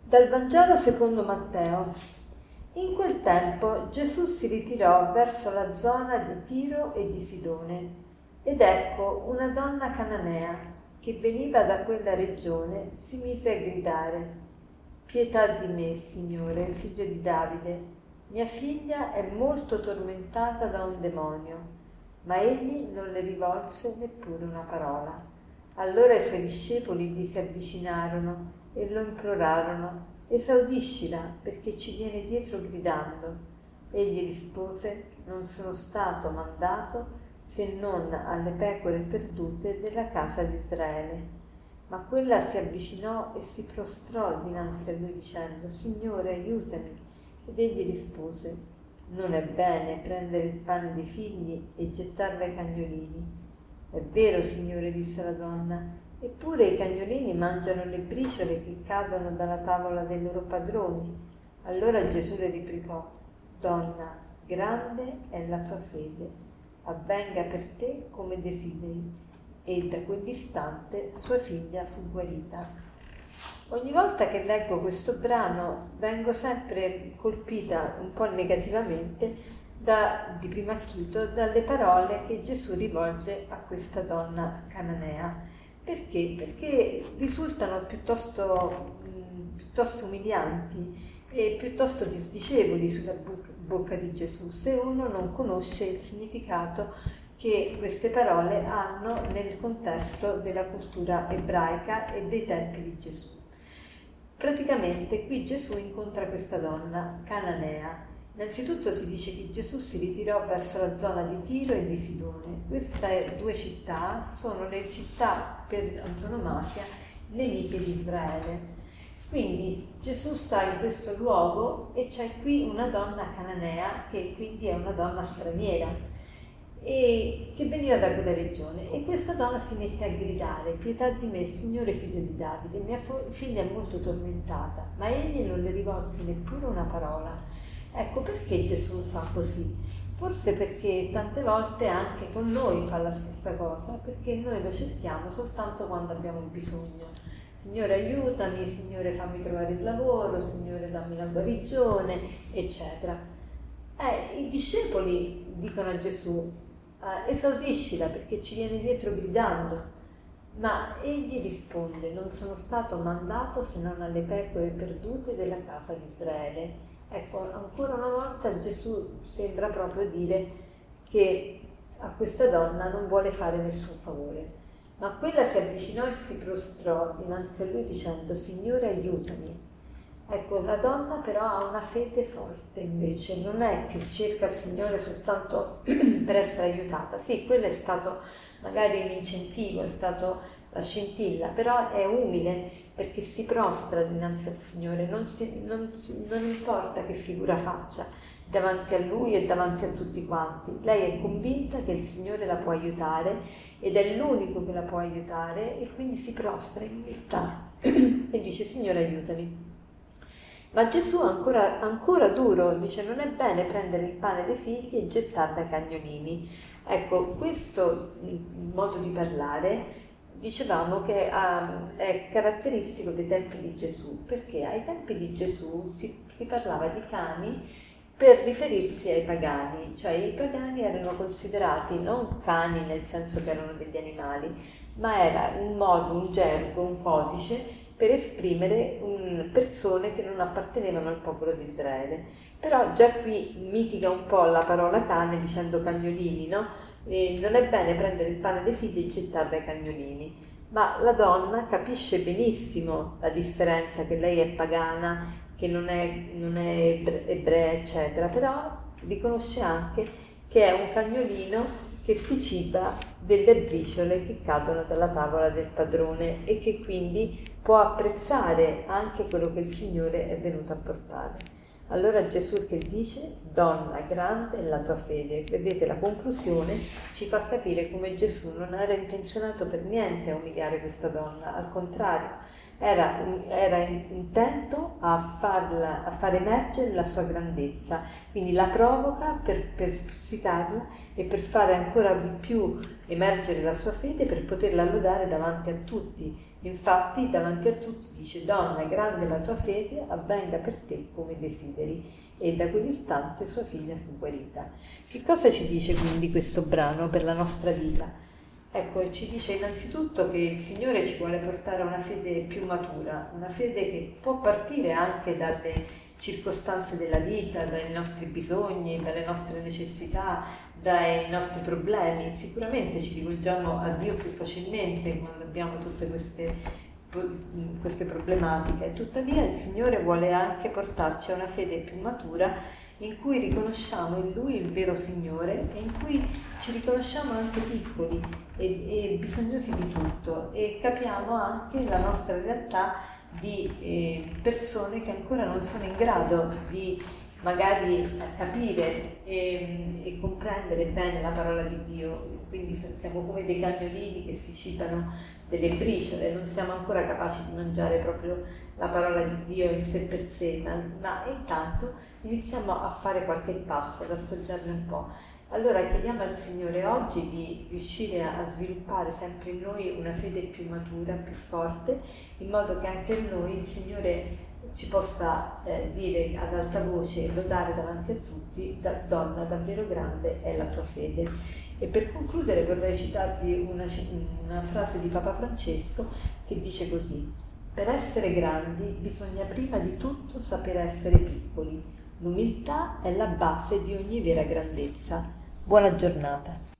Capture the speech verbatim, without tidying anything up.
Dal Vangelo secondo Matteo. In quel tempo Gesù si ritirò verso la zona di Tiro e di Sidone, ed ecco una donna cananea che veniva da quella regione si mise a gridare: «Pietà di me, Signore, figlio di Davide, mia figlia è molto tormentata da un demonio». Ma egli non le rivolse neppure una parola. Allora i suoi discepoli gli si avvicinarono e lo implorarono: «Esaudiscila, perché ci viene dietro gridando». Egli rispose: «Non sono stato mandato se non alle pecore perdute della casa di Israele». Ma quella si avvicinò e si prostrò dinanzi a lui dicendo: «Signore, aiutami». Ed egli rispose: «Non è bene prendere il pane dei figli e gettarlo ai cagnolini». «È vero, Signore», disse la donna, «eppure i cagnolini mangiano le briciole che cadono dalla tavola dei loro padroni». Allora Gesù le replicò: «Donna, grande è la tua fede, avvenga per te come desideri». E da quell'istante sua figlia fu guarita. Ogni volta che leggo questo brano vengo sempre colpita un po' negativamente da, di primo acchito dalle parole che Gesù rivolge a questa donna cananea. Perché? Perché risultano piuttosto, mh, piuttosto umilianti e piuttosto disdicevoli sulla bocca di Gesù, se uno non conosce il significato che queste parole hanno nel contesto della cultura ebraica e dei tempi di Gesù. Praticamente qui Gesù incontra questa donna cananea. Innanzitutto si dice che Gesù si ritirò verso la zona di Tiro e di Sidone. Queste due città sono le città per antonomasia nemiche di Israele. Quindi Gesù sta in questo luogo e c'è qui una donna cananea che quindi è una donna straniera e che veniva da quella regione, e questa donna si mette a gridare: «Pietà di me, Signore, figlio di Davide, mia figlia è molto tormentata». Ma egli non le rivolse neppure una parola. Ecco perché Gesù fa così. Forse perché tante volte anche con noi fa la stessa cosa, perché noi lo cerchiamo soltanto quando abbiamo bisogno. Signore, aiutami, Signore, fammi trovare il lavoro, Signore, dammi la guarigione, eccetera. Eh, i discepoli dicono a Gesù: eh, esaudiscila, perché ci viene dietro gridando. Ma egli risponde: non sono stato mandato se non alle pecore perdute della casa di Israele. Ecco, ancora una volta Gesù sembra proprio dire che a questa donna non vuole fare nessun favore. Ma quella si avvicinò e si prostrò dinanzi a lui dicendo: «Signore, aiutami». Ecco, la donna però ha una fede forte invece, non è che cerca il Signore soltanto per essere aiutata. Sì, quello è stato magari l'incentivo, è stato la scintilla, però è umile perché si prostra dinanzi al Signore, non, si, non, non importa che figura faccia davanti a Lui e davanti a tutti quanti. Lei è convinta che il Signore la può aiutare ed è l'unico che la può aiutare, e quindi si prostra in umiltà e dice: «Signore, aiutami». Ma Gesù ancora, ancora duro dice: «Non è bene prendere il pane dei figli e gettarlo ai cagnolini». Ecco, questo modo di parlare dicevamo che um, è caratteristico dei tempi di Gesù, perché ai tempi di Gesù si, si parlava di cani per riferirsi ai pagani, cioè i pagani erano considerati non cani nel senso che erano degli animali, ma era un modo, un gergo, un codice per esprimere un, persone che non appartenevano al popolo di Israele. Però già qui mitiga un po' la parola cane dicendo cagnolini, no? E non è bene prendere il pane dei figli e gettarlo ai cagnolini. Ma la donna capisce benissimo la differenza, che lei è pagana, che non è, non è ebrea, eccetera, però riconosce anche che è un cagnolino che si ciba delle briciole che cadono dalla tavola del padrone e che quindi può apprezzare anche quello che il Signore è venuto a portare. Allora Gesù che dice: «Donna, grande è la tua fede». Vedete, la conclusione ci fa capire come Gesù non era intenzionato per niente a umiliare questa donna, al contrario, era, era intento a, farla, a far emergere la sua grandezza, quindi la provoca per, per stuzzicarla e per fare ancora di più emergere la sua fede, per poterla lodare davanti a tutti, Infatti davanti a tutti dice: donna, grande è la tua fede, avvenga per te come desideri. E da quell'istante sua figlia fu guarita. Che cosa ci dice quindi questo brano per la nostra vita? Ecco, ci dice innanzitutto che il Signore ci vuole portare a una fede più matura, una fede che può partire anche dalle circostanze della vita, dai nostri bisogni, dalle nostre necessità, dai nostri problemi. Sicuramente ci rivolgiamo a Dio più facilmente quando abbiamo tutte queste queste problematiche. Tuttavia il Signore vuole anche portarci a una fede più matura in cui riconosciamo in Lui il vero Signore e in cui ci riconosciamo anche piccoli e, e bisognosi di tutto, e capiamo anche la nostra realtà di eh, persone che ancora non sono in grado di magari capire e, e comprendere bene la parola di Dio. Quindi siamo come dei cagnolini che si cibano delle briciole, non siamo ancora capaci di mangiare proprio la parola di Dio in sé per sé, ma, ma intanto iniziamo a fare qualche passo, ad assaggiarne un po'. Allora chiediamo al Signore oggi di riuscire a, a sviluppare sempre in noi una fede più matura, più forte, in modo che anche in noi il Signore ci possa eh, dire ad alta voce e lodare davanti a tutti: da, donna, davvero grande è la tua fede. E per concludere vorrei citarvi una, una frase di Papa Francesco che dice così: per essere grandi bisogna prima di tutto sapere essere piccoli. L'umiltà è la base di ogni vera grandezza. Buona giornata.